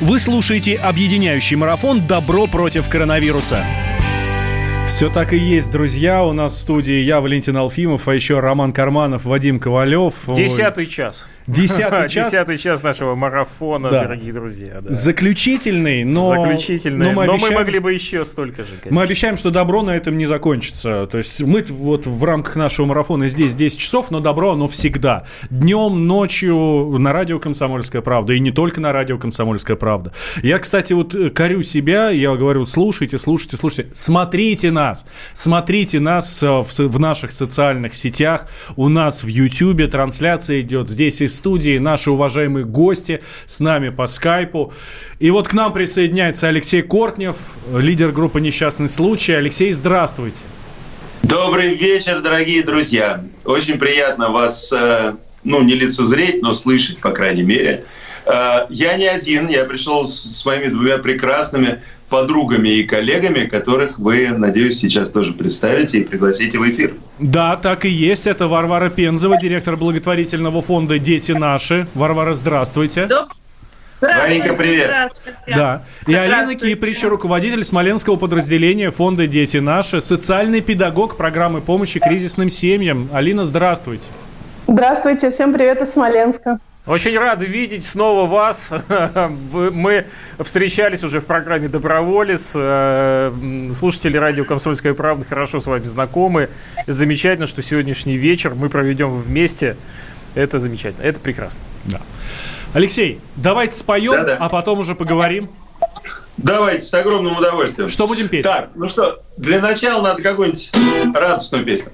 Вы слушаете объединяющий марафон «Добро против коронавируса». Все так и есть, друзья. У нас в студии я, Валентин Алфимов, а еще Роман Карманов, Вадим Ковалев. 10-й час. 10-й час. 10-й час нашего марафона, да. Дорогие друзья. Да. Заключительный, но мы могли бы еще столько же, конечно. Мы обещаем, что добро на этом не закончится. То есть мы вот в рамках нашего марафона здесь 10 часов, но добро оно всегда. Днем, ночью на радио «Комсомольская правда». И не только на радио «Комсомольская правда». Я, кстати, вот корю себя, я говорю, слушайте. Смотрите нас в наших социальных сетях. У нас в Ютьюбе трансляция идет. Здесь из студии наши уважаемые гости с нами по скайпу. И вот к нам присоединяется Алексей Кортнев, лидер группы «Несчастный случай». Алексей, здравствуйте. Добрый вечер, дорогие друзья. Очень приятно вас, не лицезреть, но слышать, по крайней мере. Я не один, я пришел с моими двумя прекрасными подругами и коллегами, которых вы, надеюсь, сейчас тоже представите и пригласите в эфир. Да, так и есть. Это Варвара Пензова, директор благотворительного фонда «Дети наши». Варвара, здравствуйте. Варенька, привет. Да. И Алина Киприч, руководитель Смоленского подразделения фонда «Дети наши», социальный педагог программы помощи кризисным семьям. Алина, здравствуйте. Здравствуйте, всем привет из Смоленска. Очень рады видеть снова вас. Мы встречались уже в программе «Доброволец». Слушатели радио «Комсомольская правда» хорошо с вами знакомы. Замечательно, что сегодняшний вечер мы проведем вместе. Это замечательно, это прекрасно. Да. Алексей, давайте споем, а потом уже поговорим. Давайте, с огромным удовольствием. Что будем петь? Так, ну что, для начала надо какую-нибудь радостную песню.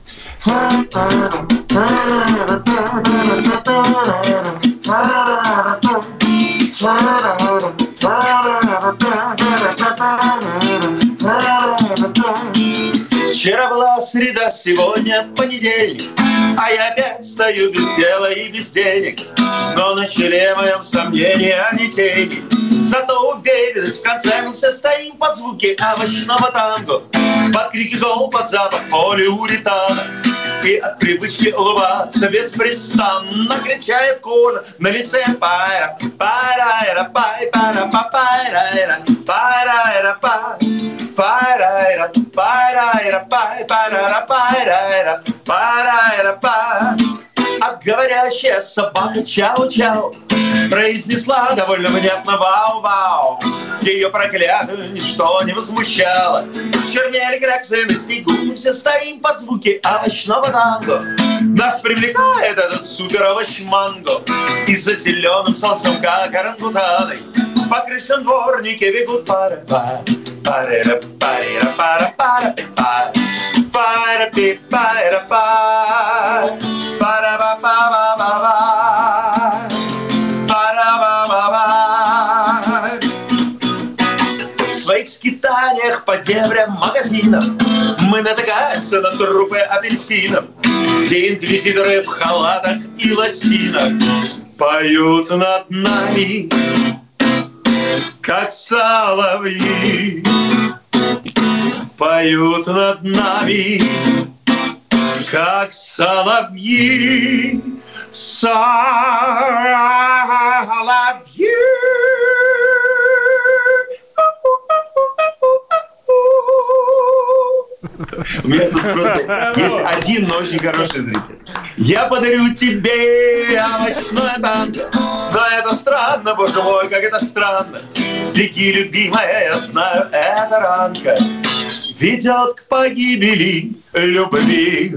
Вчера была среда, сегодня понедельник, а я опять стою без дела и без денег. Но на челе моем сомнения, а не тени. Зато уверенность, в конце мы все стоим под звуки овощного танго, под крики гол, под запах полиуретана. И от привычки улыбаться беспрестанно кричает кожа на лице пайра. Пайра, пай, пара, пайра, пайра, пай. Пайра, пайра, пай, пара, пайра, пайра, пай. А говорящая собака чау-чау произнесла довольно внятно вау-вау. Ее проклятую ничто не возмущало. Чернели кляксы на снегу, мы все стоим под звуки овощного танго. Нас привлекает этот супер-овощ-манго. И за зеленым солнцем, как орангутаны, по крышам дворники бегут пара-пара. Пара-пара-пара-пара-пара-пара. Пара-пи-пара-пара. Пара-па-па-па-па-па. В своих скитаниях по дебрям магазинов мы натыкаемся на трупы апельсинов, где инквизиторы в халатах и лосинах поют над нами, как соловьи. Поют над нами, как соловьи. Соловьи. У меня тут просто есть один, но очень хороший зритель. Я подарю тебе овощное танго. Но это странно, боже мой, как это странно. Беги, любимая, я знаю, эта ранка ведет к погибели любви.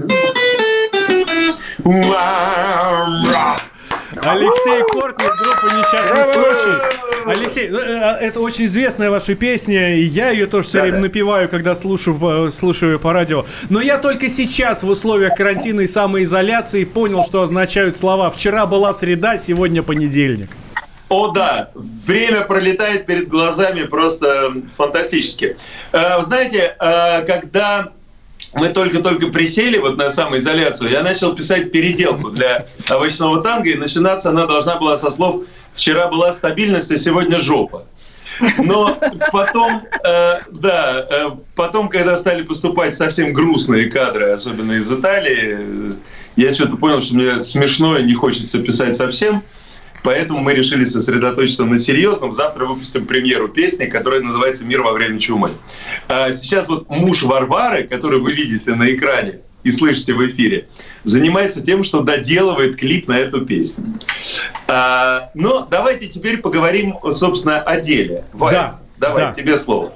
Алексей Кортнев, группа «Несчастный случай». Алексей, это очень известная ваша песня, и я ее тоже все время напеваю, когда слушаю по радио. Но я только сейчас в условиях карантина и самоизоляции понял, что означают слова «вчера была среда, сегодня понедельник». О, да, время пролетает перед глазами просто фантастически. Знаете, когда мы только-только присели вот на самоизоляцию, я начал писать переделку для овощного танго, и начинаться она должна была со слов «вчера была стабильность, а сегодня жопа». Но потом, потом, когда стали поступать совсем грустные кадры, особенно из Италии, я что-то понял, что мне смешно и не хочется писать совсем. Поэтому мы решили сосредоточиться на серьезном. Завтра выпустим премьеру песни, которая называется «Мир во время чумы». Сейчас вот муж Варвары, который вы видите на экране и слышите в эфире, занимается тем, что доделывает клип на эту песню. Но давайте теперь поговорим, собственно, о деле. Ваня, давай, тебе слово.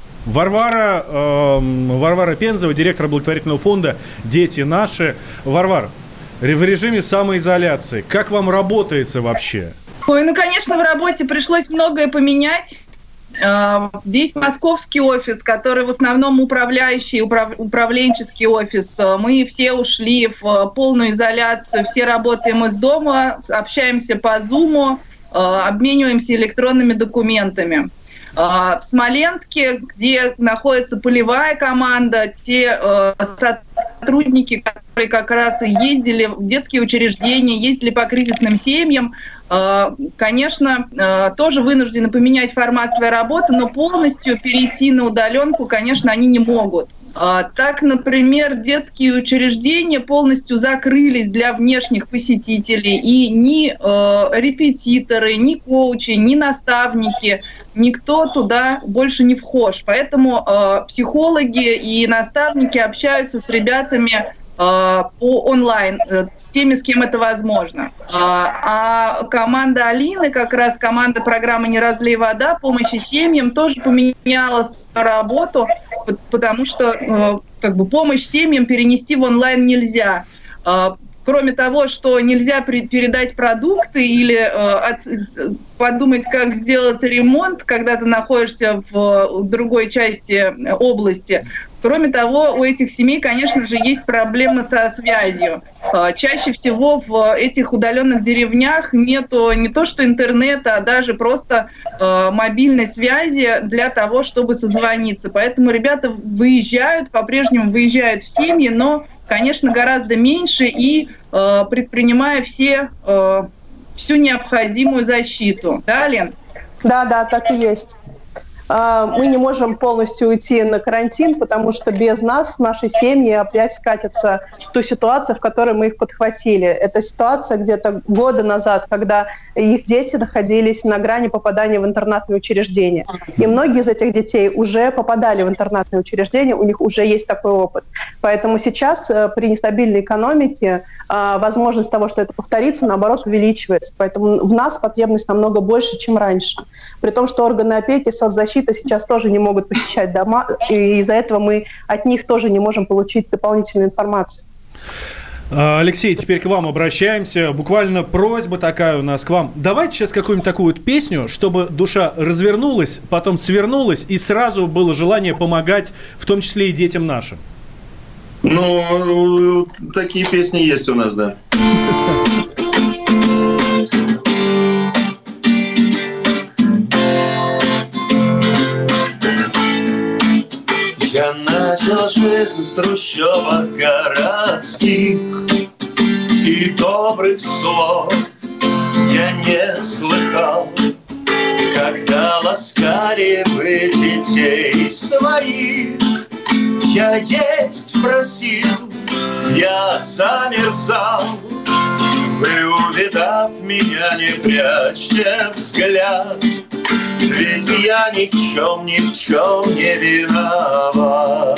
Варвара Пензова, директор благотворительного фонда «Дети наши». Варвара, в режиме самоизоляции. Как вам работается вообще? Ой, ну, конечно, в работе пришлось многое поменять. Весь московский офис, который в основном управленческий офис, мы все ушли в полную изоляцию, все работаем из дома, общаемся по Zoom, обмениваемся электронными документами. В Смоленске, где находится полевая команда, те сотрудники, которые как раз и ездили в детские учреждения, ездили по кризисным семьям, конечно, тоже вынуждены поменять формат своей работы, но полностью перейти на удаленку, конечно, они не могут. Так, например, детские учреждения полностью закрылись для внешних посетителей, и ни репетиторы, ни коучи, ни наставники, никто туда больше не вхож. Поэтому психологи и наставники общаются с ребятами по онлайн, с теми, с кем это возможно. А команда Алины, как раз команда программы «Не разлей вода», помощи семьям, тоже поменяла работу, потому что помощь семьям перенести в онлайн нельзя. Кроме того, что нельзя передать продукты или подумать, как сделать ремонт, когда ты находишься в другой части области. Кроме того, у этих семей, конечно же, есть проблемы со связью. Чаще всего в этих удаленных деревнях нету не то что интернета, а даже просто мобильной связи для того, чтобы созвониться. Поэтому ребята выезжают, по-прежнему выезжают в семьи, но, конечно, гораздо меньше и предпринимая всю необходимую защиту. Да, Лен? Да, так и есть. Мы не можем полностью уйти на карантин, потому что без нас наши семьи опять скатятся в ту ситуацию, в которой мы их подхватили. Это ситуация где-то года назад, когда их дети находились на грани попадания в интернатные учреждения. И многие из этих детей уже попадали в интернатные учреждения, у них уже есть такой опыт. Поэтому сейчас при нестабильной экономике возможность того, что это повторится, наоборот, увеличивается. Поэтому в нас потребность намного больше, чем раньше. При том, что органы опеки, соцзащиты сейчас тоже не могут посещать дома, и из-за этого мы от них тоже не можем получить дополнительную информацию. Алексей, теперь к вам обращаемся. Буквально просьба такая у нас к вам. Давайте сейчас какую-нибудь такую вот песню, чтобы душа развернулась, потом свернулась, и сразу было желание помогать, в том числе и детям нашим. Ну, такие песни есть у нас, да. Я начал жизнь в трущобах городских, и добрых слов я не слыхал, когда ласкали вы детей своих. Я есть просил, я замерзал. Вы, увидав меня, не прячьте взгляд, ведь я ни в чем не виноват.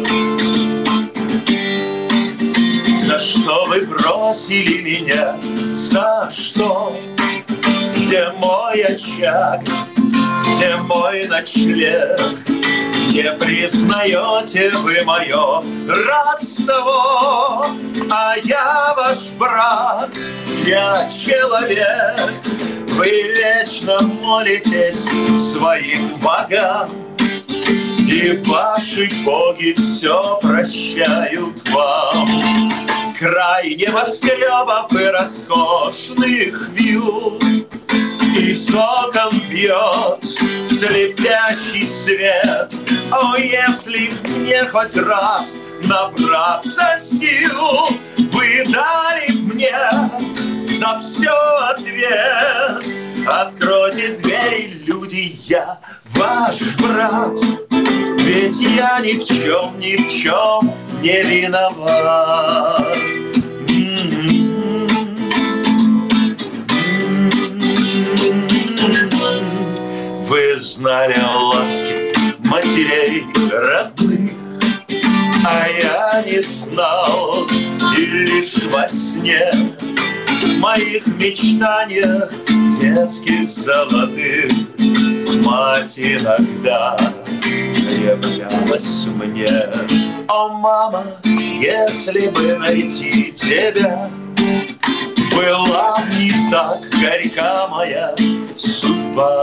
За что вы бросили меня? За что? Где мой очаг? Где мой ночлег? Не признаете вы мое родство, а я ваш брат, я человек. Вы вечно молитесь своим богам, и ваши боги все прощают вам. Край небоскребов и роскошных вилл, из окон бьет слепящий свет. О, если мне хоть раз набраться сил, вы дали мне за все ответ. Откройте двери, люди, я ваш брат, ведь я ни в чем не виноват. Вы знали ласки матерей родных, а я не знал, и лишь во сне в моих мечтаниях детских золотых мать иногда являлась мне. О, мама, если бы найти тебя, была не так горька моя судьба.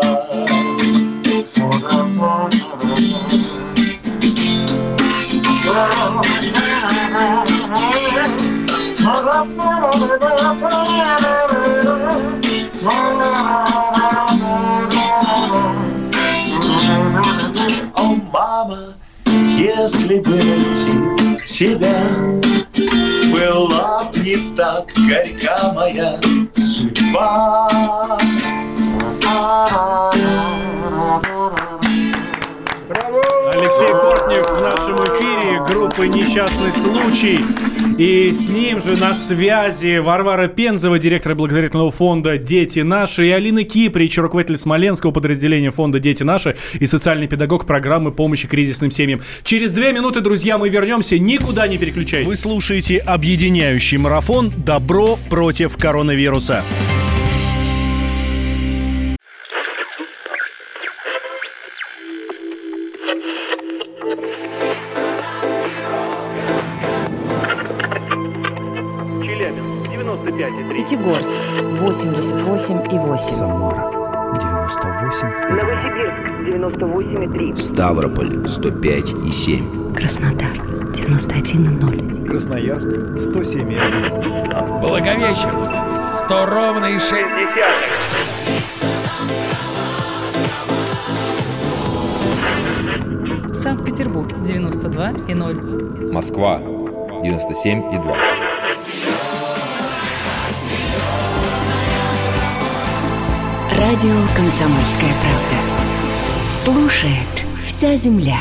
О, мама, если бы найти тебя, была б не так горька моя судьба. Алексей Кортнев в нашем эфире, группы «Несчастный случай». И с ним же на связи Варвара Пензова, директор благотворительного фонда «Дети наши», и Алина Киприч, руководитель Смоленского подразделения фонда «Дети наши» и социальный педагог программы помощи кризисным семьям. Через 2 минуты, друзья, мы вернемся. Никуда не переключайтесь. Вы слушаете объединяющий марафон «Добро против коронавируса». Пятигорск 88,8. Самара 98,2. Новосибирск 98,3. Ставрополь 105,7. Краснодар 91,0. Красноярск 107,1. Благовещенск 100,6. Санкт-Петербург 92,0. Москва 97,2. Радио «Комсомольская правда». Слушает вся земля.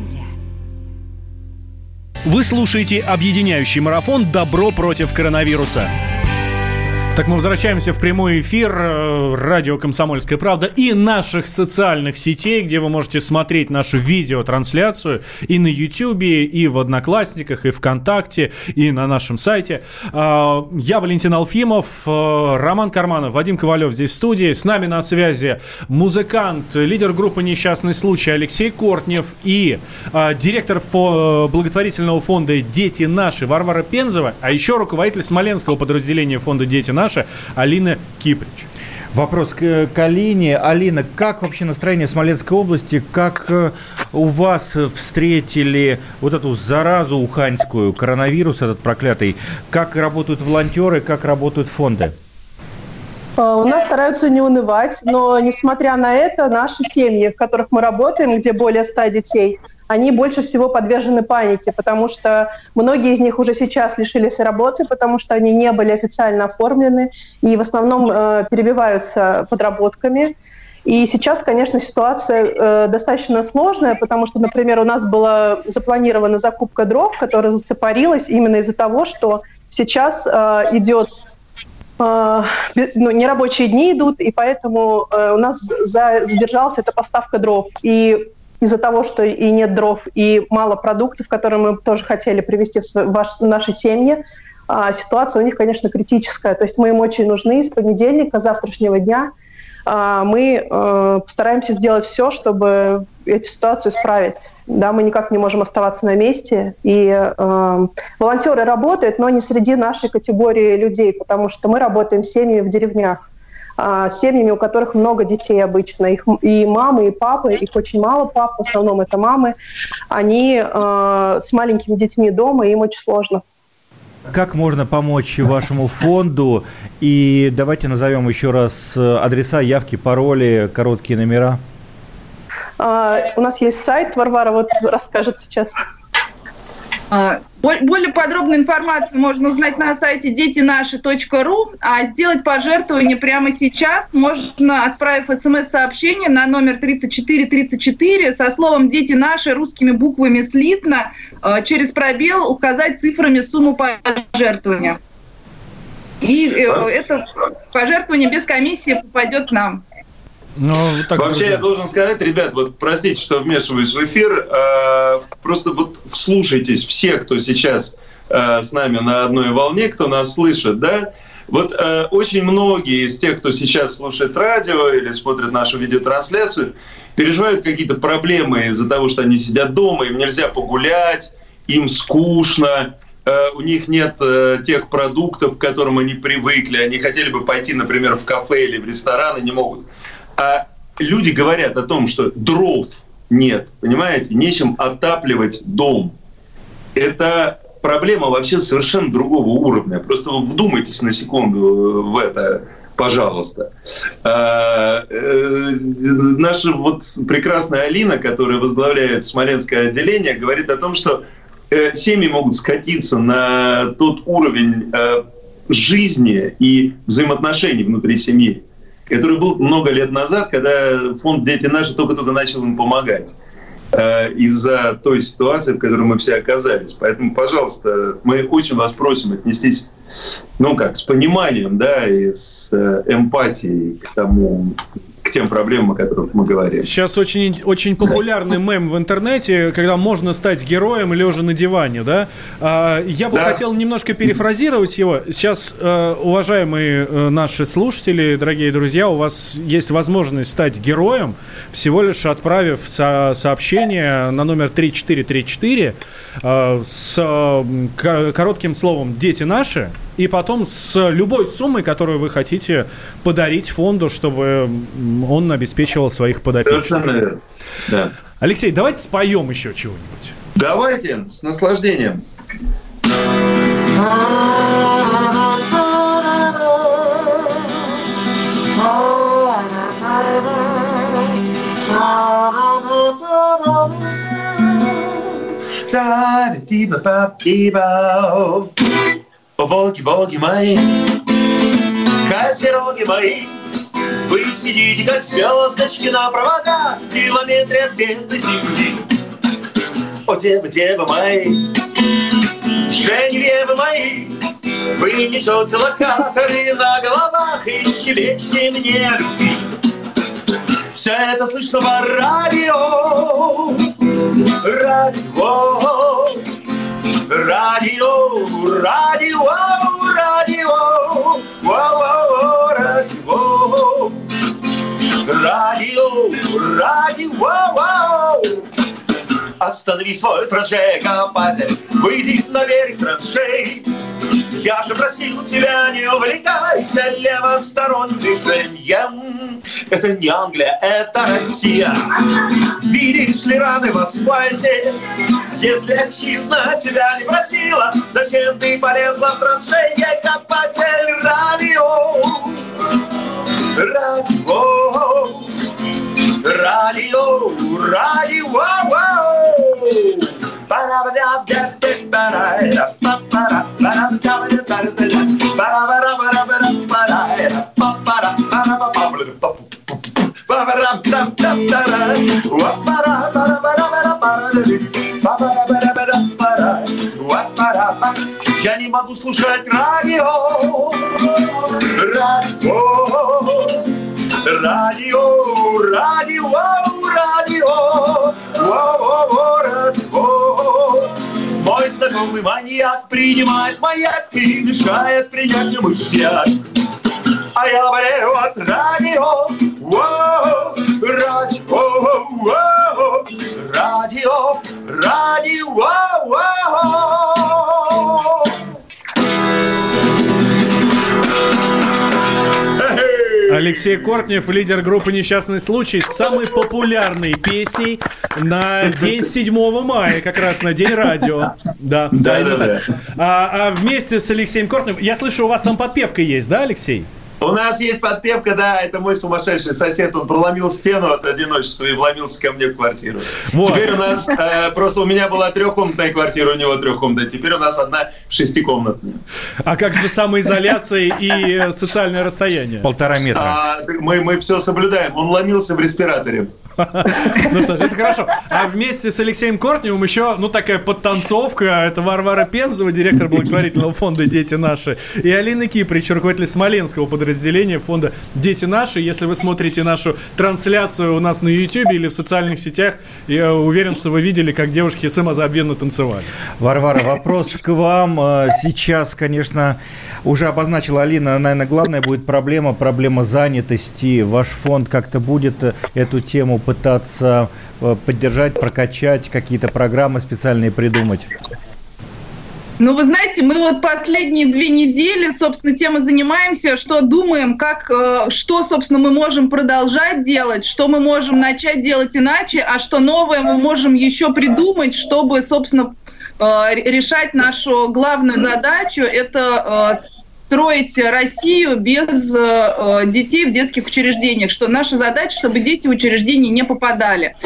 Вы слушаете объединяющий марафон «Добро против коронавируса». Так мы возвращаемся в прямой эфир радио «Комсомольская правда» и наших социальных сетей, где вы можете смотреть нашу видеотрансляцию и на Ютьюбе, и в Одноклассниках, и ВКонтакте, и на нашем сайте. Я Валентин Алфимов, Роман Карманов, Вадим Ковалев здесь в студии. С нами на связи музыкант, лидер группы «Несчастный случай» Алексей Кортнев и директор благотворительного фонда «Дети наши» Варвара Пензова, а еще руководитель Смоленского подразделения фонда «Дети наши» Алина Киприч. Вопрос к Алине. Алина, как вообще настроение в Смоленской области? Как у вас встретили вот эту заразу уханьскую, коронавирус этот проклятый? Как работают волонтеры, как работают фонды? У нас стараются не унывать, но, несмотря на это, наши семьи, в которых мы работаем, где более 100 детей, они больше всего подвержены панике, потому что многие из них уже сейчас лишились работы, потому что они не были официально оформлены и в основном перебиваются подработками. И сейчас, конечно, ситуация достаточно сложная, потому что, например, у нас была запланирована закупка дров, которая застопорилась именно из-за того, что сейчас идет нерабочие дни идут, и поэтому у нас задержалась эта поставка дров. И из-за того, что и нет дров, и мало продуктов, которые мы тоже хотели привезти в наши семьи, ситуация у них, конечно, критическая. То есть мы им очень нужны с понедельника, завтрашнего дня. Мы постараемся сделать все, чтобы эту ситуацию исправить. Да, мы никак не можем оставаться на месте. И волонтеры работают, но не среди нашей категории людей, потому что мы работаем с семьями в деревнях, с семьями, у которых много детей обычно. Их и мамы, и папы, их очень мало пап, в основном это мамы. Они с маленькими детьми дома, и им очень сложно. Как можно помочь вашему фонду? И давайте назовем еще раз адреса, явки, пароли, короткие номера. У нас есть сайт, Варвара вот расскажет сейчас. Более подробную информацию можно узнать на сайте детинаши.ру, а сделать пожертвование прямо сейчас можно, отправив смс-сообщение на номер 3434 со словом «Дети наши» русскими буквами слитно, через пробел указать цифрами сумму пожертвования. И это пожертвование без комиссии попадет к нам. Вообще, я должен сказать, ребят, вот простите, что вмешиваюсь в эфир, просто вот вслушайтесь все, кто сейчас с нами на одной волне, кто нас слышит, да, вот очень многие из тех, кто сейчас слушает радио или смотрит нашу видеотрансляцию, переживают какие-то проблемы из-за того, что они сидят дома, им нельзя погулять, им скучно, у них нет тех продуктов, к которым они привыкли, они хотели бы пойти, например, в кафе или в ресторан, и не могут. А люди говорят о том, что дров нет, понимаете, нечем отапливать дом. Это проблема вообще совершенно другого уровня. Просто вы вдумайтесь на секунду в это, пожалуйста. Наша вот прекрасная Алина, которая возглавляет Смоленское отделение, говорит о том, что семьи могут скатиться на тот уровень жизни и взаимоотношений внутри семьи, который был много лет назад, когда фонд «Дети наши» только-только начал им помогать из-за той ситуации, в которой мы все оказались. Поэтому, пожалуйста, мы очень вас просим отнестись, с пониманием, да, и с эмпатией к тем проблемам, о которых мы говорим. Сейчас очень, очень популярный мем в интернете, когда можно стать героем лежа на диване, да? Я бы хотел немножко перефразировать его. Сейчас, уважаемые наши слушатели, дорогие друзья, у вас есть возможность стать героем, всего лишь отправив сообщение на номер 3434 с коротким словом «Дети наши», и потом с любой суммой, которую вы хотите подарить фонду, чтобы он обеспечивал своих подопечных. Да. Алексей, давайте споем еще чего-нибудь. Давайте, с наслаждением. Волки мои, козероги мои, вы сидите, как звездочки на проводах, в километре от бедной земли. О, девы мои, Женевьевы мои, вы несете локаторы на головах и щебечете мне любви. Все это слышно по радио, радио, радио, радио. Останови свой траншей, копатель, выйди на берег траншей. Я же просил тебя, не увлекайся левосторонним движением. Это не Англия, это Россия. Видишь ли раны в асфальте? Если отчизна тебя не просила, зачем ты полезла в траншеи, копатель? Радио, радио, радио, я не могу слушать радио, радио, мой знакомый маньяк принимает маяк и мешает принять мне мышьяк. А я болею от радио, радио, радио. Алексей Кортнев, лидер группы «Несчастный случай», с самой популярной песней на день 7 мая, как раз на день радио. Да. А вместе с Алексеем Кортневым, я слышу, у вас там подпевка есть, да, Алексей? У нас есть подпевка, да, это мой сумасшедший сосед, он проломил стену от одиночества и вломился ко мне в квартиру. Вот. Теперь у нас, просто у меня была 3-комнатная квартира, у него 3-комнатная, теперь у нас одна 6-комнатная. А как же самоизоляция и социальное расстояние? 1,5 метра. Мы все соблюдаем, он ломился в респираторе. Ну что ж, это хорошо. А вместе с Алексеем Кортневым еще, такая подтанцовка. Это Варвара Пензова, директор благотворительного фонда «Дети наши», и Алина Киприч, руководитель смоленского подразделения фонда «Дети наши». Если вы смотрите нашу трансляцию у нас на YouTube или в социальных сетях, я уверен, что вы видели, как девушки самозабвенно танцевали. Варвара, вопрос к вам. Сейчас, конечно, уже обозначила Алина, наверное, главная будет проблема занятости. Ваш фонд как-то будет эту тему пытаться поддержать, прокачать, какие-то программы специальные придумать? Ну, вы знаете, мы вот последние 2 недели, собственно, тем и занимаемся, что думаем, что, собственно, мы можем продолжать делать, что мы можем начать делать иначе, а что новое мы можем еще придумать, чтобы, собственно, решать нашу главную задачу – это строить Россию без детей в детских учреждениях. Что наша задача, чтобы дети в учреждения не попадали.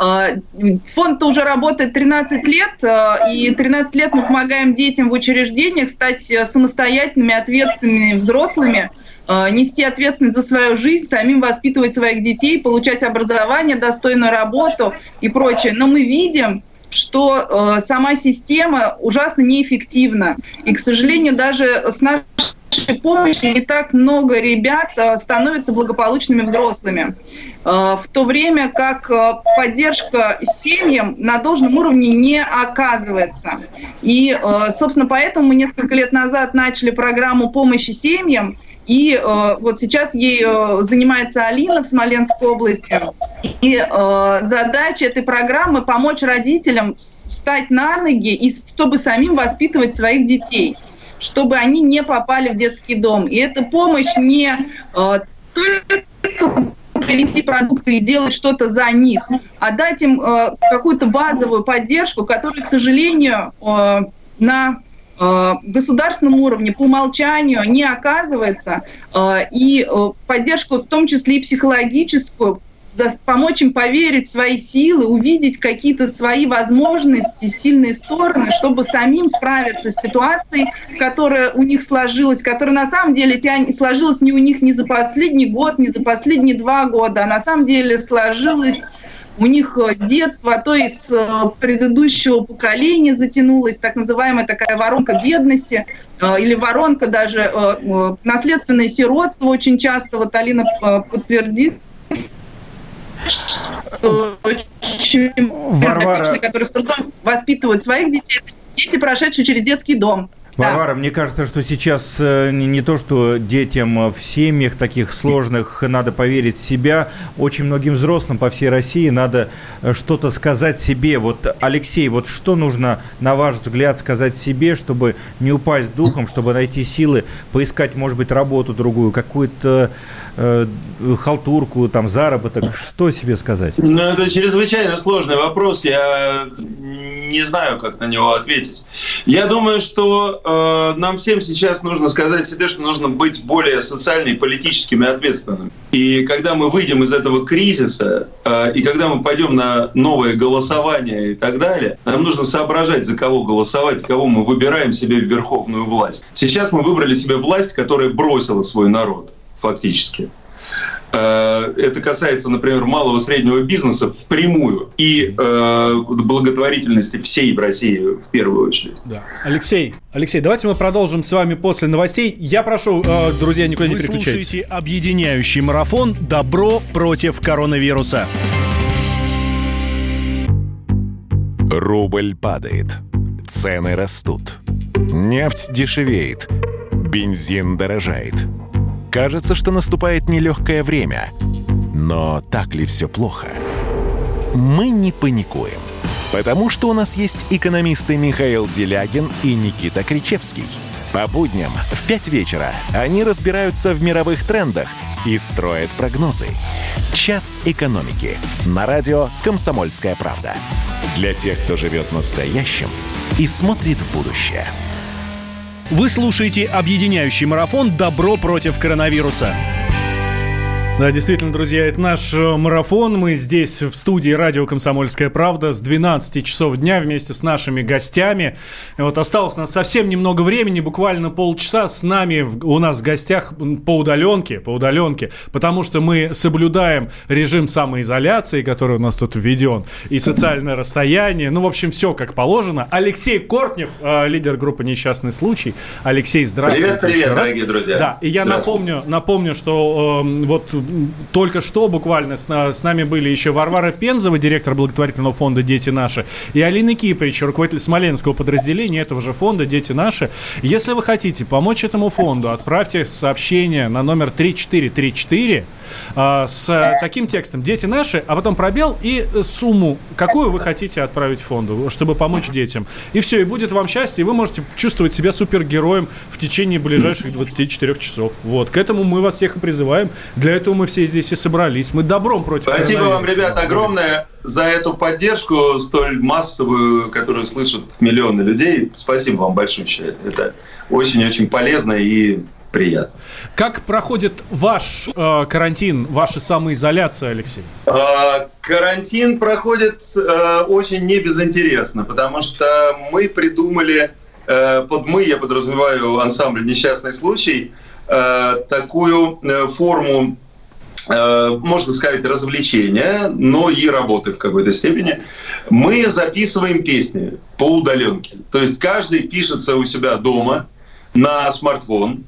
Фонд уже работает 13 лет, и 13 лет мы помогаем детям в учреждениях стать самостоятельными, ответственными взрослыми, нести ответственность за свою жизнь, самим воспитывать своих детей, получать образование, достойную работу и прочее. Но мы видим, что сама система ужасно неэффективна. И, к сожалению, даже с нашей помощью не так много ребят становятся благополучными взрослыми. В то время как поддержка семьям на должном уровне не оказывается. И, собственно, поэтому мы несколько лет назад начали программу помощи семьям. И вот сейчас ей занимается Алина в Смоленской области. И задача этой программы – помочь родителям встать на ноги и чтобы самим воспитывать своих детей, чтобы они не попали в детский дом. И эта помощь не только привезти продукты и сделать что-то за них, а дать им какую-то базовую поддержку, которая, к сожалению, на государственном уровне по умолчанию не оказывается, и поддержку, в том числе и психологическую, помочь им поверить в свои силы, увидеть какие-то свои возможности, сильные стороны, чтобы самим справиться с ситуацией, которая у них сложилась, которая на самом деле сложилась не у них не за последний год, не за последние 2 года, а на самом деле сложилась у них с детства, а то и с предыдущего поколения затянулась так называемая такая воронка бедности, или воронка даже наследственное сиротство очень часто, вот Алина подтвердит, что Варвара, которые с трудом воспитывают своих детей, дети, прошедшие через детский дом. Варвара, да. Мне кажется, что сейчас не то, что детям в семьях таких сложных надо поверить в себя, очень многим взрослым по всей России надо что-то сказать себе. Вот, Алексей, вот что нужно, на ваш взгляд, сказать себе, чтобы не упасть духом, чтобы найти силы, поискать, может быть, работу другую, какую-то халтурку, там, заработок, что себе сказать? Ну, это чрезвычайно сложный вопрос, я не знаю, как на него ответить. Я думаю, что нам всем сейчас нужно сказать себе, что нужно быть более социально и политическими ответственными. И когда мы выйдем из этого кризиса, и когда мы пойдем на новое голосование и так далее, нам нужно соображать, за кого голосовать, кого мы выбираем себе в верховную власть. Сейчас мы выбрали себе власть, которая бросила свой народ, фактически. Это касается, например, малого и среднего бизнеса впрямую и благотворительности всей России в первую очередь. Да. Алексей, давайте мы продолжим с вами после новостей. Я прошу, друзья, никуда не переключайтесь. Вы слушаете объединяющий марафон «Добро против коронавируса». Рубль падает, цены растут, нефть дешевеет, бензин дорожает. Кажется, что наступает нелегкое время. Но так ли все плохо? Мы не паникуем, потому что у нас есть экономисты Михаил Делягин и Никита Кричевский. По будням в 5 вечера они разбираются в мировых трендах и строят прогнозы. «Час экономики» на радио «Комсомольская правда». Для тех, кто живет настоящим и смотрит в будущее. Вы слушаете объединяющий марафон «Добро против коронавируса». Да, действительно, друзья, это наш марафон. Мы здесь в студии радио «Комсомольская правда» с 12 часов дня вместе с нашими гостями. И вот осталось у нас совсем немного времени, буквально полчаса. С нами у нас в гостях по удаленке, потому что мы соблюдаем режим самоизоляции, который у нас тут введен, и социальное расстояние. Ну, в общем, все как положено. Алексей Кортнев, лидер группы «Несчастный случай». Алексей, здравствуйте. Привет, дорогие друзья. Да, и я напомню, что вот только что буквально с нами были еще Варвара Пензова, директор благотворительного фонда «Дети наши», и Алина Киприч, руководитель смоленского подразделения этого же фонда «Дети наши». Если вы хотите помочь этому фонду, отправьте сообщение на номер 3434 с таким текстом «Дети наши», а потом пробел и сумму, какую вы хотите отправить фонду, чтобы помочь детям. И все, и будет вам счастье, и вы можете чувствовать себя супергероем в течение ближайших 24 часов. Вот, к этому мы вас всех и призываем. Для этого мы все здесь и собрались. Мы добром против коронавируса. Спасибо вам, ребята, огромное за эту поддержку столь массовую, которую слышат миллионы людей. Спасибо вам большое. Это очень-очень полезно и приятно. Как проходит ваш карантин, ваша самоизоляция, Алексей? Карантин проходит очень небезынтересно, потому что мы придумали, под «мы» я подразумеваю ансамбль «Несчастный случай», такую форму, можно сказать, развлечения, но и работы в какой-то степени. Мы записываем песни по удаленке. То есть каждый пишется у себя дома на смартфон.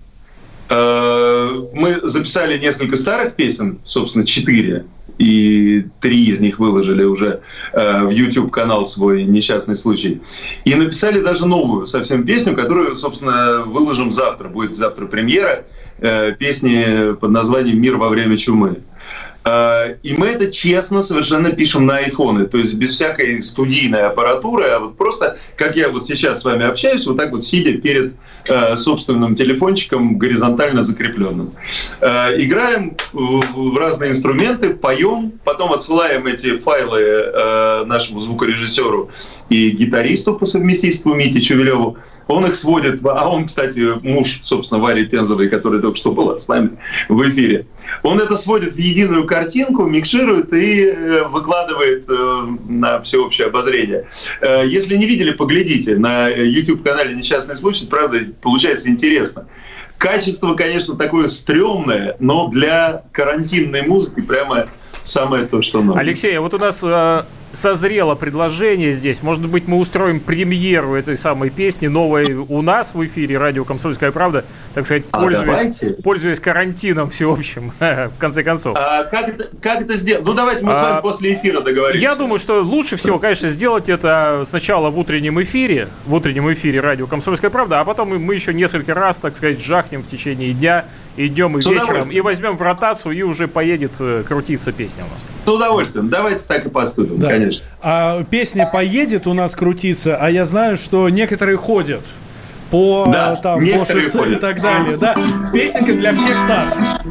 Мы записали несколько старых песен, собственно, 4, и 3 из них выложили уже в YouTube-канал свой «Несчастный случай». И написали даже новую совсем песню, которую, собственно, выложим завтра. Будет завтра премьера песни под названием «Мир во время чумы». И мы это честно совершенно пишем на айфоны, то есть без всякой студийной аппаратуры, а вот просто, как я вот сейчас с вами общаюсь, вот так вот сидя перед собственным телефончиком горизонтально закрепленным. Играем в разные инструменты, поем, потом отсылаем эти файлы нашему звукорежиссеру и гитаристу по совместительству Мите Чувелеву. Он их сводит, а он, кстати, муж, собственно, Вари Пензовой, которая только что была с нами в эфире. Он это сводит в единую картинку, микширует и выкладывает на всеобщее обозрение. Если не видели, поглядите на YouTube-канале «Несчастный случай», правда, получается интересно. Качество, конечно, такое стрёмное, но для карантинной музыки прямо самое то, что надо. Алексей, вот у нас созрело предложение здесь. Может быть, мы устроим премьеру этой самой песни новой у нас в эфире радио «Комсомольская правда», так сказать, пользуясь карантином всеобщим, в конце концов. Как это сделать? Ну, давайте мы с вами после эфира договоримся. Я думаю, что лучше всего, конечно, сделать это сначала в утреннем эфире радио «Комсомольская правда», а потом мы еще несколько раз, так сказать, жахнем в течение дня, и днем, и вечером, и возьмем в ротацию, и уже поедет крутиться песня у нас. С удовольствием. Давайте так и поступим, да. Конечно. А песня поедет у нас крутиться, а я знаю, что некоторые ходят по шоссе ходят. И так далее. Да. Песенка для всех, Саш.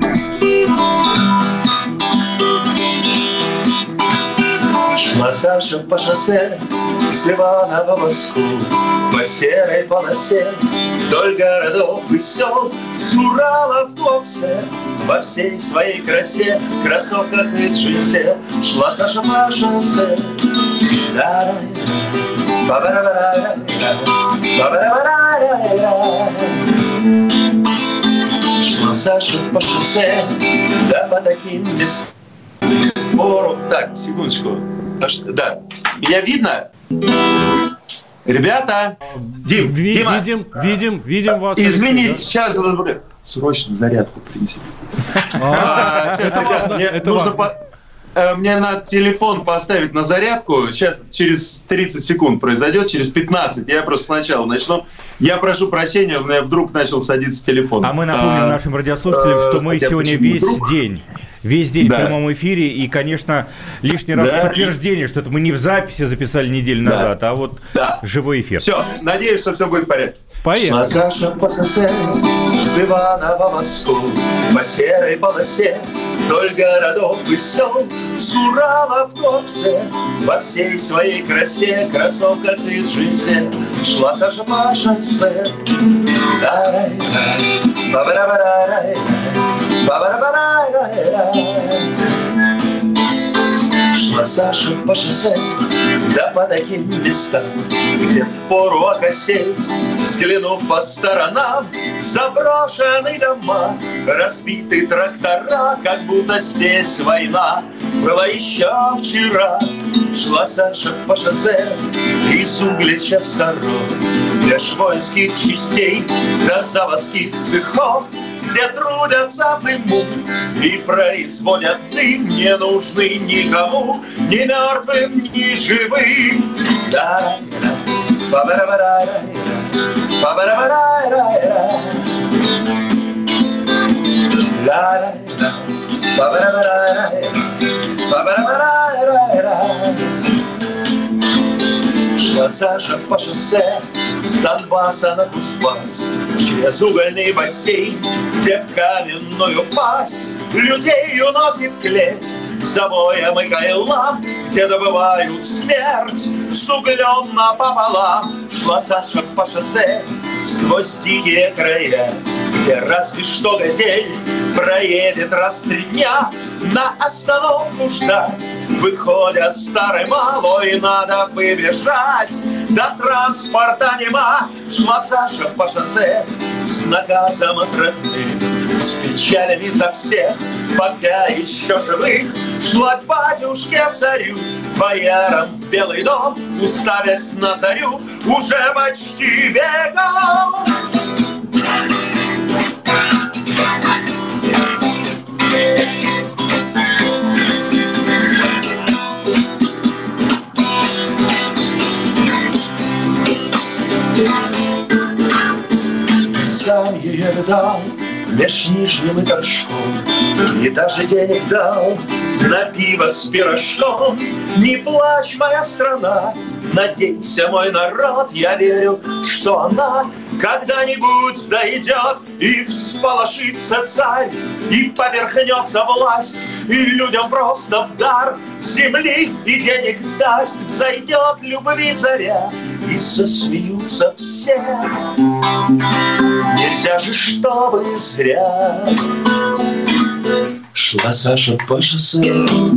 Шла Саша по шоссе с Ивана в Москву, по серой полосе вдоль городов и сел, с Урала в Туапсе во всей своей красе, в кроссовках и джинсе. Шла Саша по шоссе. Шла Саша по шоссе, да по таким местам. Так, секундочку. Да, меня видно? Ребята! Дима! Видим вас. Извините, Алексей, сейчас срочно зарядку принеси. Это важно. Мне надо телефон поставить на зарядку. Сейчас через 30 секунд произойдет, через 15. Я просто сначала начну. Я прошу прощения, у меня вдруг начал садиться телефон. А мы напомним нашим радиослушателям, что мы сегодня весь день в прямом эфире. И, конечно, лишний раз подтверждение, что это мы не в записи записали неделю назад, а вот живой эфир. Все, надеюсь, что все будет в порядке. Поехали. Саша по шоссе с Иванова в Москву, по серой полосе вдоль городов и сел, с Урала в Туапсе, во всей своей красе, кроссовках и джинсе, шла Саша по шоссе. Шла Саша по шоссе, да по таким местам, где впору окосеть, взглянув по сторонам, заброшенные дома, разбитые трактора, как будто здесь война была еще вчера. Шла Саша по шоссе из Углича в Саров, меж воинских частей до заводских цехов, где трудятся в дыму и производят дым, не нужны никому, ни мертвым, ни живым. Шла Саша по шоссе с Донбасса на Кузбасс, через угольный бассейн, где в каменную пасть людей уносит клеть, завоем и кайлам, где добывают смерть с углем напополам. Шла Саша по шоссе сквозь дикие края, где разве что газель проедет раз в 3 дня, на остановку ждать выходят старый малой, надо побежать, до транспорта нема. Шла Саша по шоссе с наказом отравным, с печалями за всех, пока еще живых. Шла к батюшке царю, боярам в Белый дом, уставясь на зарю уже почти веком. Сам ее видал меж Нижним и Торжком, и даже денег дал на пиво с пирожком. Не плачь, моя страна, надейся, мой народ, я верю, что она когда-нибудь дойдет, и всполошится царь, и поверхнется власть, и людям просто в дар земли и денег даст. Взойдет любви заря, и засмеются все. Нельзя же, чтобы зря шла Саша по шоссе.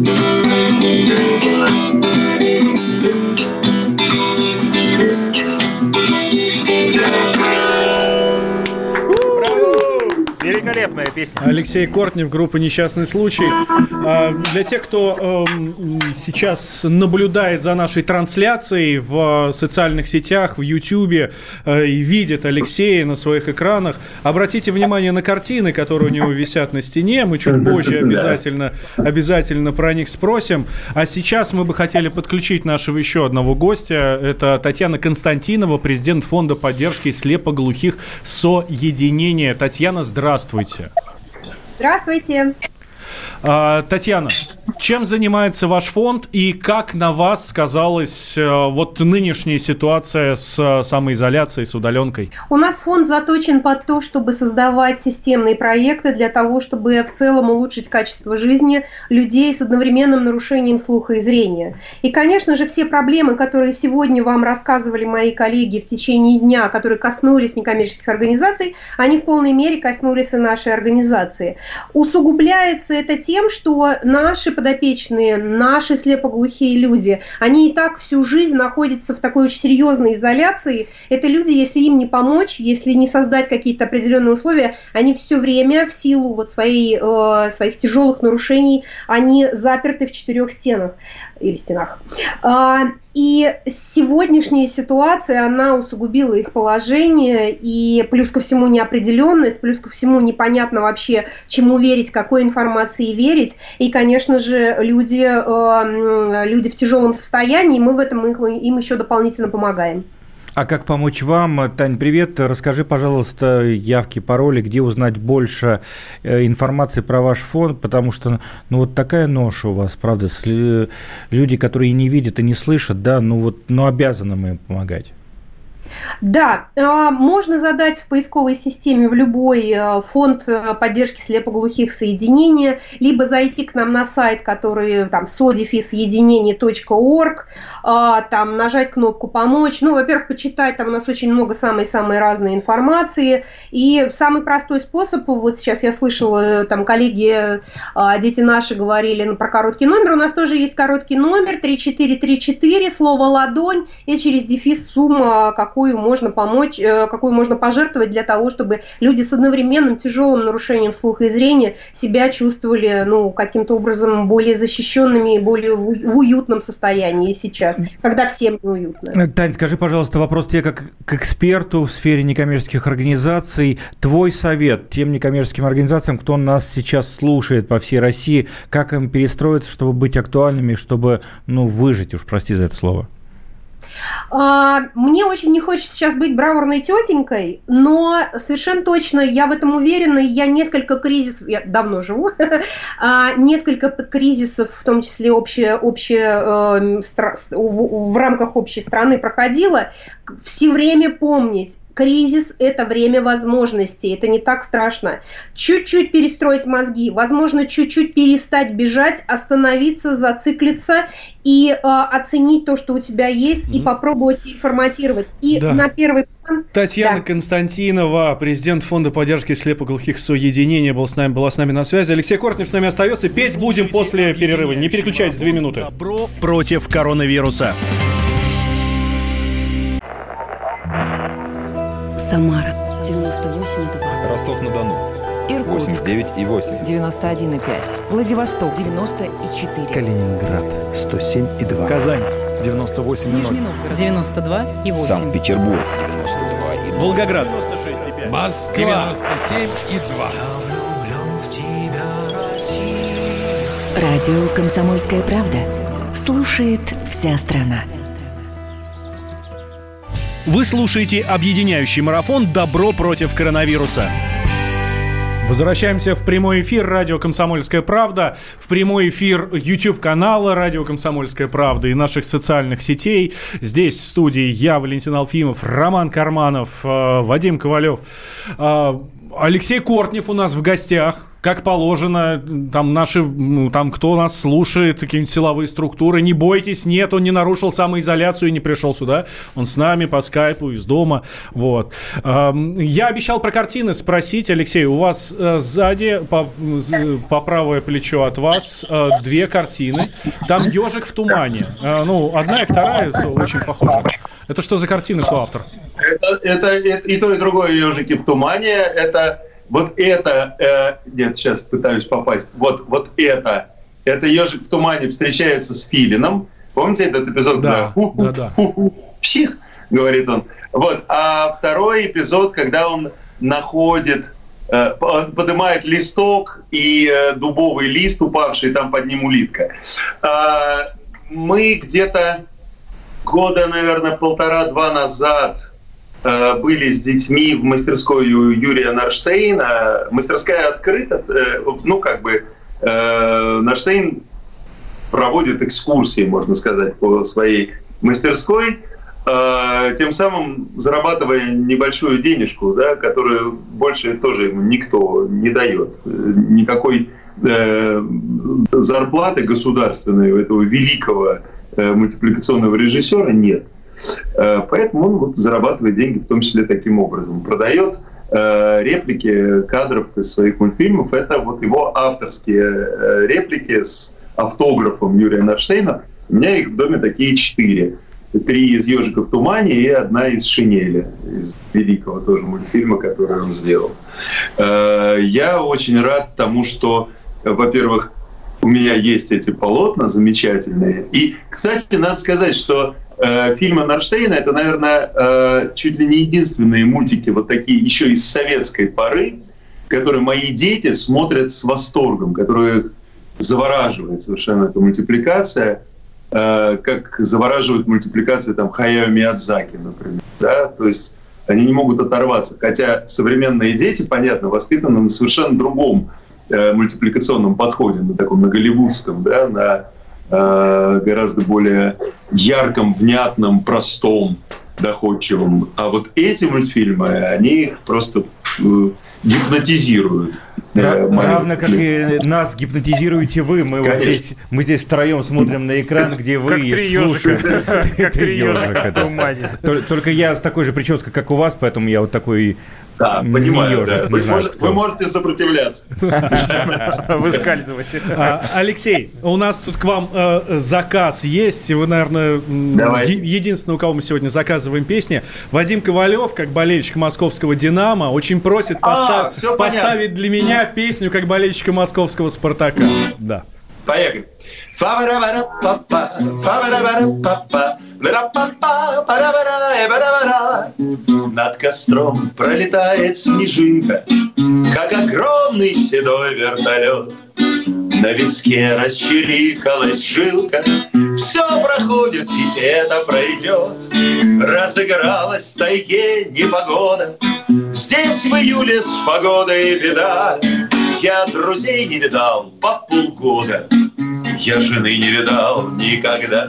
Великолепная песня. Алексей Кортнев, группа «Несчастный случай». Для тех, кто сейчас наблюдает за нашей трансляцией в социальных сетях, в Ютьюбе и видит Алексея на своих экранах, обратите внимание на картины, которые у него висят на стене. Мы чуть позже обязательно про них спросим. А сейчас мы бы хотели подключить нашего еще одного гостя. Это Татьяна Константинова, президент фонда поддержки слепоглухих «Соединение». Татьяна, здравствуйте. Здравствуйте. Татьяна, чем занимается ваш фонд и как на вас сказалась вот нынешняя ситуация с самоизоляцией, с удаленкой? У нас фонд заточен под то, чтобы создавать системные проекты для того, чтобы в целом улучшить качество жизни людей с одновременным нарушением слуха и зрения. И, конечно же, все проблемы, которые сегодня вам рассказывали мои коллеги в течение дня, которые коснулись некоммерческих организаций, они в полной мере коснулись и нашей организации. Усугубляется это тем, что наши подопечные, наши слепоглухие люди, они и так всю жизнь находятся в такой очень серьезной изоляции. Это люди, если им не помочь, если не создать какие-то определенные условия, они все время в силу вот своих тяжелых нарушений, они заперты в 4 стенах или стенах. И сегодняшняя ситуация, она усугубила их положение, и плюс ко всему неопределенность, плюс ко всему непонятно вообще, чему верить, какой информации верить. И, конечно же, люди в тяжелом состоянии, мы в этом им еще дополнительно помогаем. А как помочь вам? Тань, привет. Расскажи, пожалуйста, явки, пароли, где узнать больше информации про ваш фонд, потому что, ну, вот такая ноша у вас, правда, люди, которые не видят и не слышат, да, но обязаны мы им помогать. Да, можно задать в поисковой системе в любой фонд поддержки слепоглухих соединения, либо зайти к нам на сайт, который там so-единение.org, там нажать кнопку «Помочь». Ну, во-первых, почитать, там у нас очень много самой-самой разной информации. И самый простой способ, вот сейчас я слышала, там коллеги, дети наши говорили про короткий номер, у нас тоже есть короткий номер 3434, слово «ладонь» и через дефис сумма, какую можно помочь, какую можно пожертвовать для того, чтобы люди с одновременным тяжелым нарушением слуха и зрения себя чувствовали, ну, каким-то образом более защищенными и более в уютном состоянии сейчас, когда всем неуютно. Тань, скажи, пожалуйста, вопрос тебе как к эксперту в сфере некоммерческих организаций. Твой совет тем некоммерческим организациям, кто нас сейчас слушает по всей России, как им перестроиться, чтобы быть актуальными, чтобы, ну, выжить, уж прости за это слово? Мне очень не хочется сейчас быть бравурной тетенькой, но совершенно точно я в этом уверена. Я несколько кризисов, я давно живу, несколько кризисов, в том числе в рамках общей страны проходила. Все время помнить, кризис – это время возможностей, это не так страшно. Чуть-чуть перестроить мозги, возможно, чуть-чуть перестать бежать, остановиться, зациклиться и оценить то, что у тебя есть, и попробовать переформатировать. И на первый план... Татьяна Константинова, президент фонда поддержки слепоглухих «Соединение», была с нами на связи. Алексей Кортнев с нами остается. Петь будем после перерыва. Не переключайтесь, 2 минуты. Добро против коронавируса. Самара 98,2. Ростов-на-Дону. Иркутск 89,8. 91,5. Владивосток 94. Калининград 107,2. Казань 98,0. Нижний Новгород 92,8. Санкт-Петербург 92,2. Волгоград 96,5. Москва 97,2. Радио «Комсомольская правда». Слушает вся страна. Вы слушаете объединяющий марафон «Добро против коронавируса». Возвращаемся в прямой эфир радио «Комсомольская правда», в прямой эфир YouTube-канала радио «Комсомольская правда» и наших социальных сетей. Здесь в студии я, Валентин Алфимов, Роман Карманов, Вадим Ковалев, Алексей Кортнев у нас в гостях. Как положено, там кто нас слушает, какие-нибудь силовые структуры. Не бойтесь, нет, он не нарушил самоизоляцию и не пришел сюда. Он с нами по скайпу, из дома. Вот. Я обещал про картины спросить, Алексей, у вас сзади, по правое плечо от вас, 2 картины. Там «Ежик в тумане». Одна и вторая очень похожи. Это что за картины, кто автор? Это и то, и другое «Ежики в тумане». Это... Вот это, нет, сейчас пытаюсь попасть, вот это «Ежик в тумане» встречается с Филином. Помните этот эпизод? Да. Псих, говорит он. Вот. А второй эпизод, когда он находит, поднимает листок и дубовый лист упавший, там под ним улитка. Мы где-то года, наверное, 1,5-2 назад были с детьми в мастерской у Юрия Нарштейна. Мастерская открыта, Нарштейн проводит экскурсии, можно сказать, по своей мастерской, тем самым зарабатывая небольшую денежку, да, которую больше тоже ему никто не дает. Никакой зарплаты государственной у этого великого мультипликационного режиссера нет. Поэтому он зарабатывает деньги в том числе таким образом. Продает реплики кадров из своих мультфильмов. Это вот его авторские реплики с автографом Юрия Нарштейна. У меня их в доме такие 4. 3 из «Ежика в тумане» и 1 из «Шинели», из великого тоже мультфильма, который он сделал. Я очень рад тому, что, во-первых, у меня есть эти полотна замечательные. И, кстати, надо сказать, что фильмы Нарштейна — это, наверное, чуть ли не единственные мультики вот такие еще из советской поры, которые мои дети смотрят с восторгом, которые завораживает совершенно эта мультипликация, как завораживает мультипликация там Хаяо Миядзаки, например. Да? То есть они не могут оторваться. Хотя современные дети, понятно, воспитаны на совершенно другом мультипликационном подходе, на таком, на голливудском, да, на гораздо более ярком, внятном, простом доходчивым. А вот эти мультфильмы, они их просто гипнотизируют. Равно как и нас гипнотизируете вы. Мы здесь втроем смотрим на экран, где вы слушаете. Как три ежика в тумане. Только я с такой же прической, как у вас, поэтому я вот такой... Да, понимаю, да. Вы можете сопротивляться. Выскальзывайте. Алексей, у нас тут к вам заказ есть. Вы, наверное, единственный, у кого мы сегодня заказываем песни. Вадим Ковалев, как болельщик московского «Динамо», очень просит поставить для меня песню как болельщика московского «Спартака». Да. Поехали. Над костром пролетает снежинка, как огромный седой вертолет. На виске расчирикалась жилка, все проходит и это пройдет. Разыгралась в тайге непогода, здесь в июле с погодой беда. Я друзей не видал по полгода, я жены не видал никогда.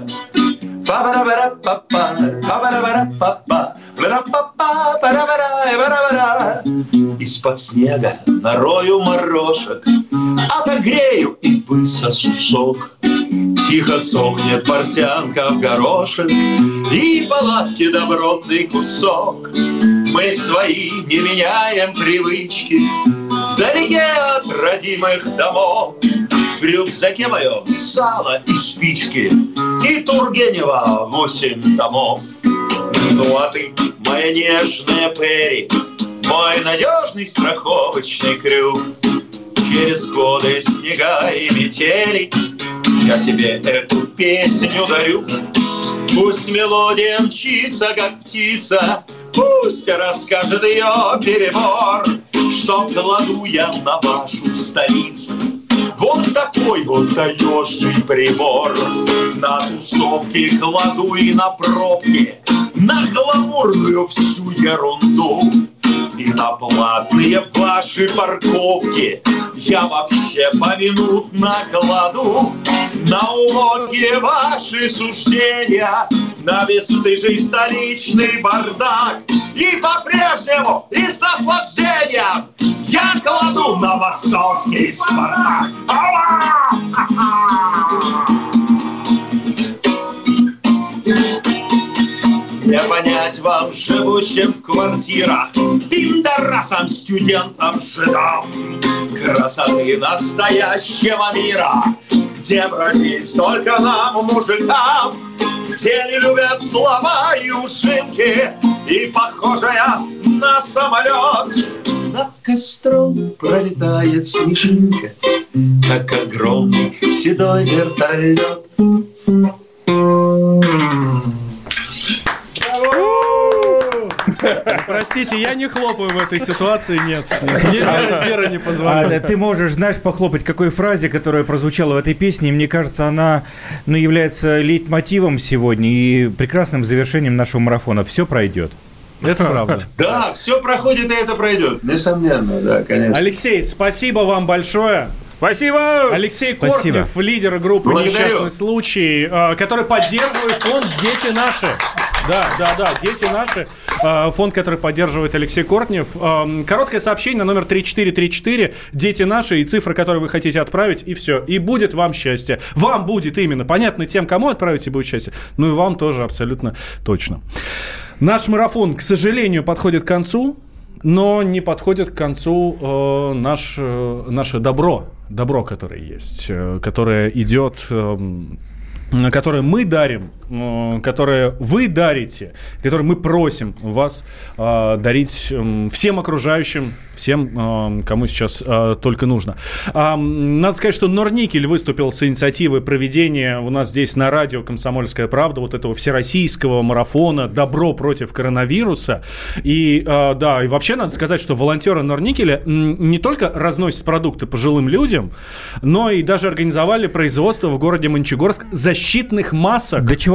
Из-под снега нарою морожек, отогрею и высосу сок. Тихо сохнет портянка в горошек, и палатки добротный кусок. Мы свои не меняем привычки, вдалеке от родимых домов. В рюкзаке моем сало и спички, и Тургенева 8 томов. Ну а ты, моя нежная Перри, мой надежный страховочный крюк. Через годы снега и метели я тебе эту песню дарю. Пусть мелодия мчится, как птица, пусть расскажет ее перебор, что кладу я на вашу столицу вот такой вот таежный прибор. На тусовки кладу и на пробки, на гламурную всю ерунду. И на платные ваши парковки я вообще поминутно кладу. На уловки ваши суждения, на бесстыжий столичный бардак. И по-прежнему и с наслаждением я кладу на московский «Спартак». Не понять вам, живущим в квартирах, пиндорасам, студентам, жидам, красоты настоящего мира, где бродить только нам, мужикам, где не любят слова и ужимки, и похожая на самолет. Над костром пролетает снежинка, как огромный седой вертолет. Простите, я не хлопаю в этой ситуации, нет. Мне Вера не позволяет. Ты можешь, знаешь, похлопать какой фразе, которая прозвучала в этой песне, и мне кажется, она является лейтмотивом сегодня и прекрасным завершением нашего марафона. Все пройдет. Это правда. Да, все проходит, и это пройдет. Несомненно, да, конечно. Алексей, спасибо вам большое. Спасибо! Алексей Кортнев, лидер группы «Несчастный случай», который поддерживает фонд «Дети наши». Да, «Дети наши». Фонд, который поддерживает Алексей Кортнев. Короткое сообщение на номер 3434. «Дети наши» и цифры, которые вы хотите отправить, и все. И будет вам счастье. Вам будет именно. Понятно тем, кому отправите, будет счастье. Ну и вам тоже абсолютно точно. Наш марафон, к сожалению, подходит к концу. Но не подходит к концу наше добро, которое есть, которое идет, которое мы дарим, которое вы дарите, которое мы просим вас дарить всем окружающим, всем, кому сейчас только нужно. Надо сказать, что Норникель выступил с инициативой проведения у нас здесь на радио «Комсомольская правда» вот этого всероссийского марафона «Добро против коронавируса». И вообще надо сказать, что волонтеры Норникеля не только разносят продукты пожилым людям, но и даже организовали производство в городе Мончегорск защитных масок. До чего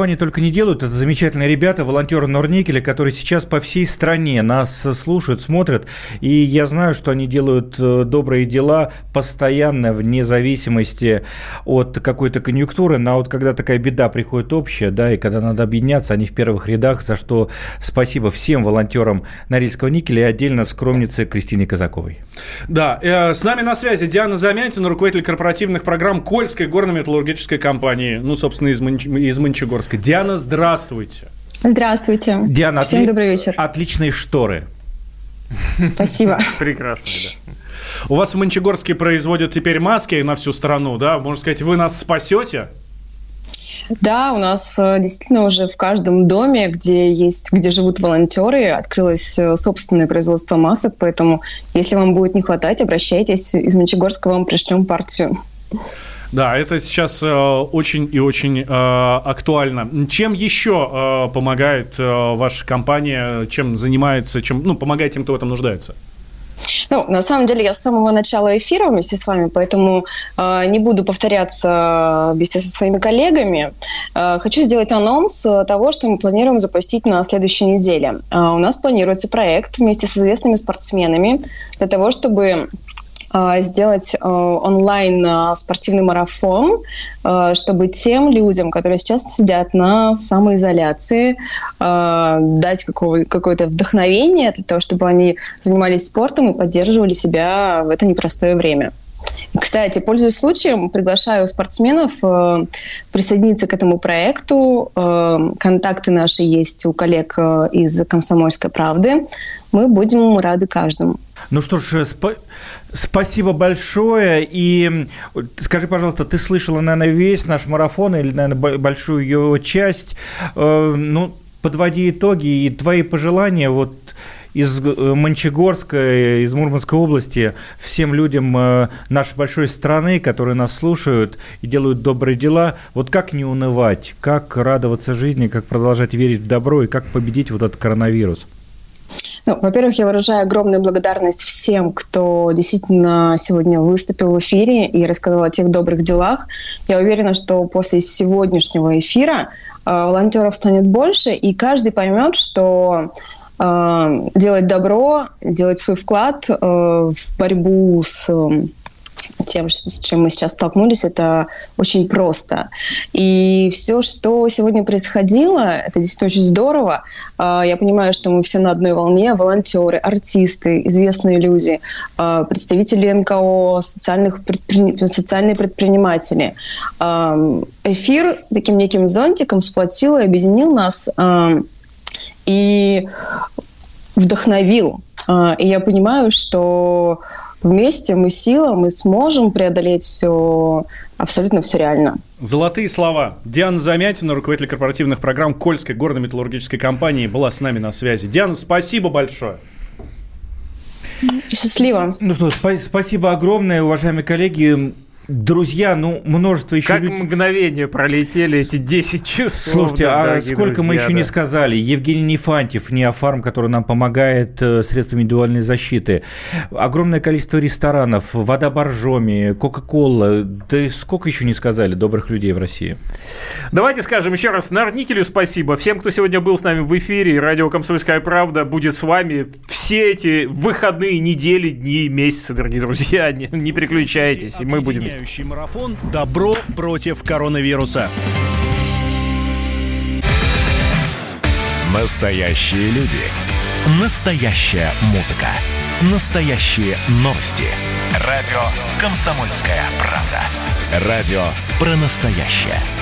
что они только не делают. Это замечательные ребята, волонтеры Норникеля, которые сейчас по всей стране нас слушают, смотрят. И я знаю, что они делают добрые дела постоянно, вне зависимости от какой-то конъюнктуры. Но вот когда такая беда приходит общая, да, и когда надо объединяться, они в первых рядах, за что спасибо всем волонтерам Норильского никеля и отдельно скромнице Кристине Казаковой. Да, с нами на связи Диана Замятина, руководитель корпоративных программ Кольской горно-металлургической компании, ну, собственно, из Мончегорска. Диана, здравствуйте. Здравствуйте. Диана, всем добрый вечер. Отличные шторы. Спасибо. Прекрасно, да. У вас в Мончегорске производят теперь маски на всю страну, да? Можно сказать, вы нас спасете? Да, у нас действительно уже в каждом доме, где живут волонтеры, открылось собственное производство масок, поэтому если вам будет не хватать, обращайтесь, из Мончегорска вам пришлем партию. Да, это сейчас очень и очень актуально. Чем еще помогает ваша компания, чем занимается, помогает тем, кто в этом нуждается? Ну, на самом деле, я с самого начала эфира вместе с вами, поэтому не буду повторяться вместе со своими коллегами. Хочу сделать анонс того, что мы планируем запустить на следующей неделе. У нас планируется проект вместе с известными спортсменами для того, чтобы сделать онлайн спортивный марафон, чтобы тем людям, которые сейчас сидят на самоизоляции, дать какое-то вдохновение для того, чтобы они занимались спортом и поддерживали себя в это непростое время. Кстати, пользуясь случаем, приглашаю спортсменов присоединиться к этому проекту. Контакты наши есть у коллег из «Комсомольской правды». Мы будем рады каждому. Ну что ж, спасибо большое. И скажи, пожалуйста, ты слышала, наверное, весь наш марафон или, наверное, большую его часть. Подводи итоги и твои пожелания вот из Мончегорска, из Мурманской области, всем людям нашей большой страны, которые нас слушают и делают добрые дела. Вот как не унывать, как радоваться жизни, как продолжать верить в добро и как победить вот этот коронавирус? Ну, во-первых, я выражаю огромную благодарность всем, кто действительно сегодня выступил в эфире и рассказал о тех добрых делах. Я уверена, что после сегодняшнего эфира волонтеров станет больше, и каждый поймет, что делать добро, делать свой вклад в борьбу с тем, с чем мы сейчас столкнулись, это очень просто. И все, что сегодня происходило, это действительно очень здорово. Я понимаю, что мы все на одной волне. Волонтеры, артисты, известные люди, представители НКО, социальные предприниматели. Эфир таким неким зонтиком сплотил и объединил нас и вдохновил. И я понимаю, что вместе мы сила, мы сможем преодолеть все, абсолютно все реально. Золотые слова. Диана Замятина, руководитель корпоративных программ Кольской горно-металлургической компании, была с нами на связи. Диана, спасибо большое. Счастливо. Ну что, спасибо огромное, уважаемые коллеги. Друзья, множество еще... Как мгновение пролетели эти 10 часов. Слушайте, а сколько мы еще не сказали. Евгений Нефантьев, Неофарм, который нам помогает средствами индивидуальной защиты. Огромное количество ресторанов, вода Боржоми, Кока-Кола. Да сколько еще не сказали добрых людей в России. Давайте скажем еще раз Норникелю спасибо. Всем, кто сегодня был с нами в эфире. Радио «Комсомольская правда» будет с вами все эти выходные недели, дни, месяцы, дорогие друзья. Не переключайтесь, и мы будем... Марафон «Добро против коронавируса». Настоящие люди. Настоящая музыка. Настоящие новости. Радио «Комсомольская правда». Радио про настоящее.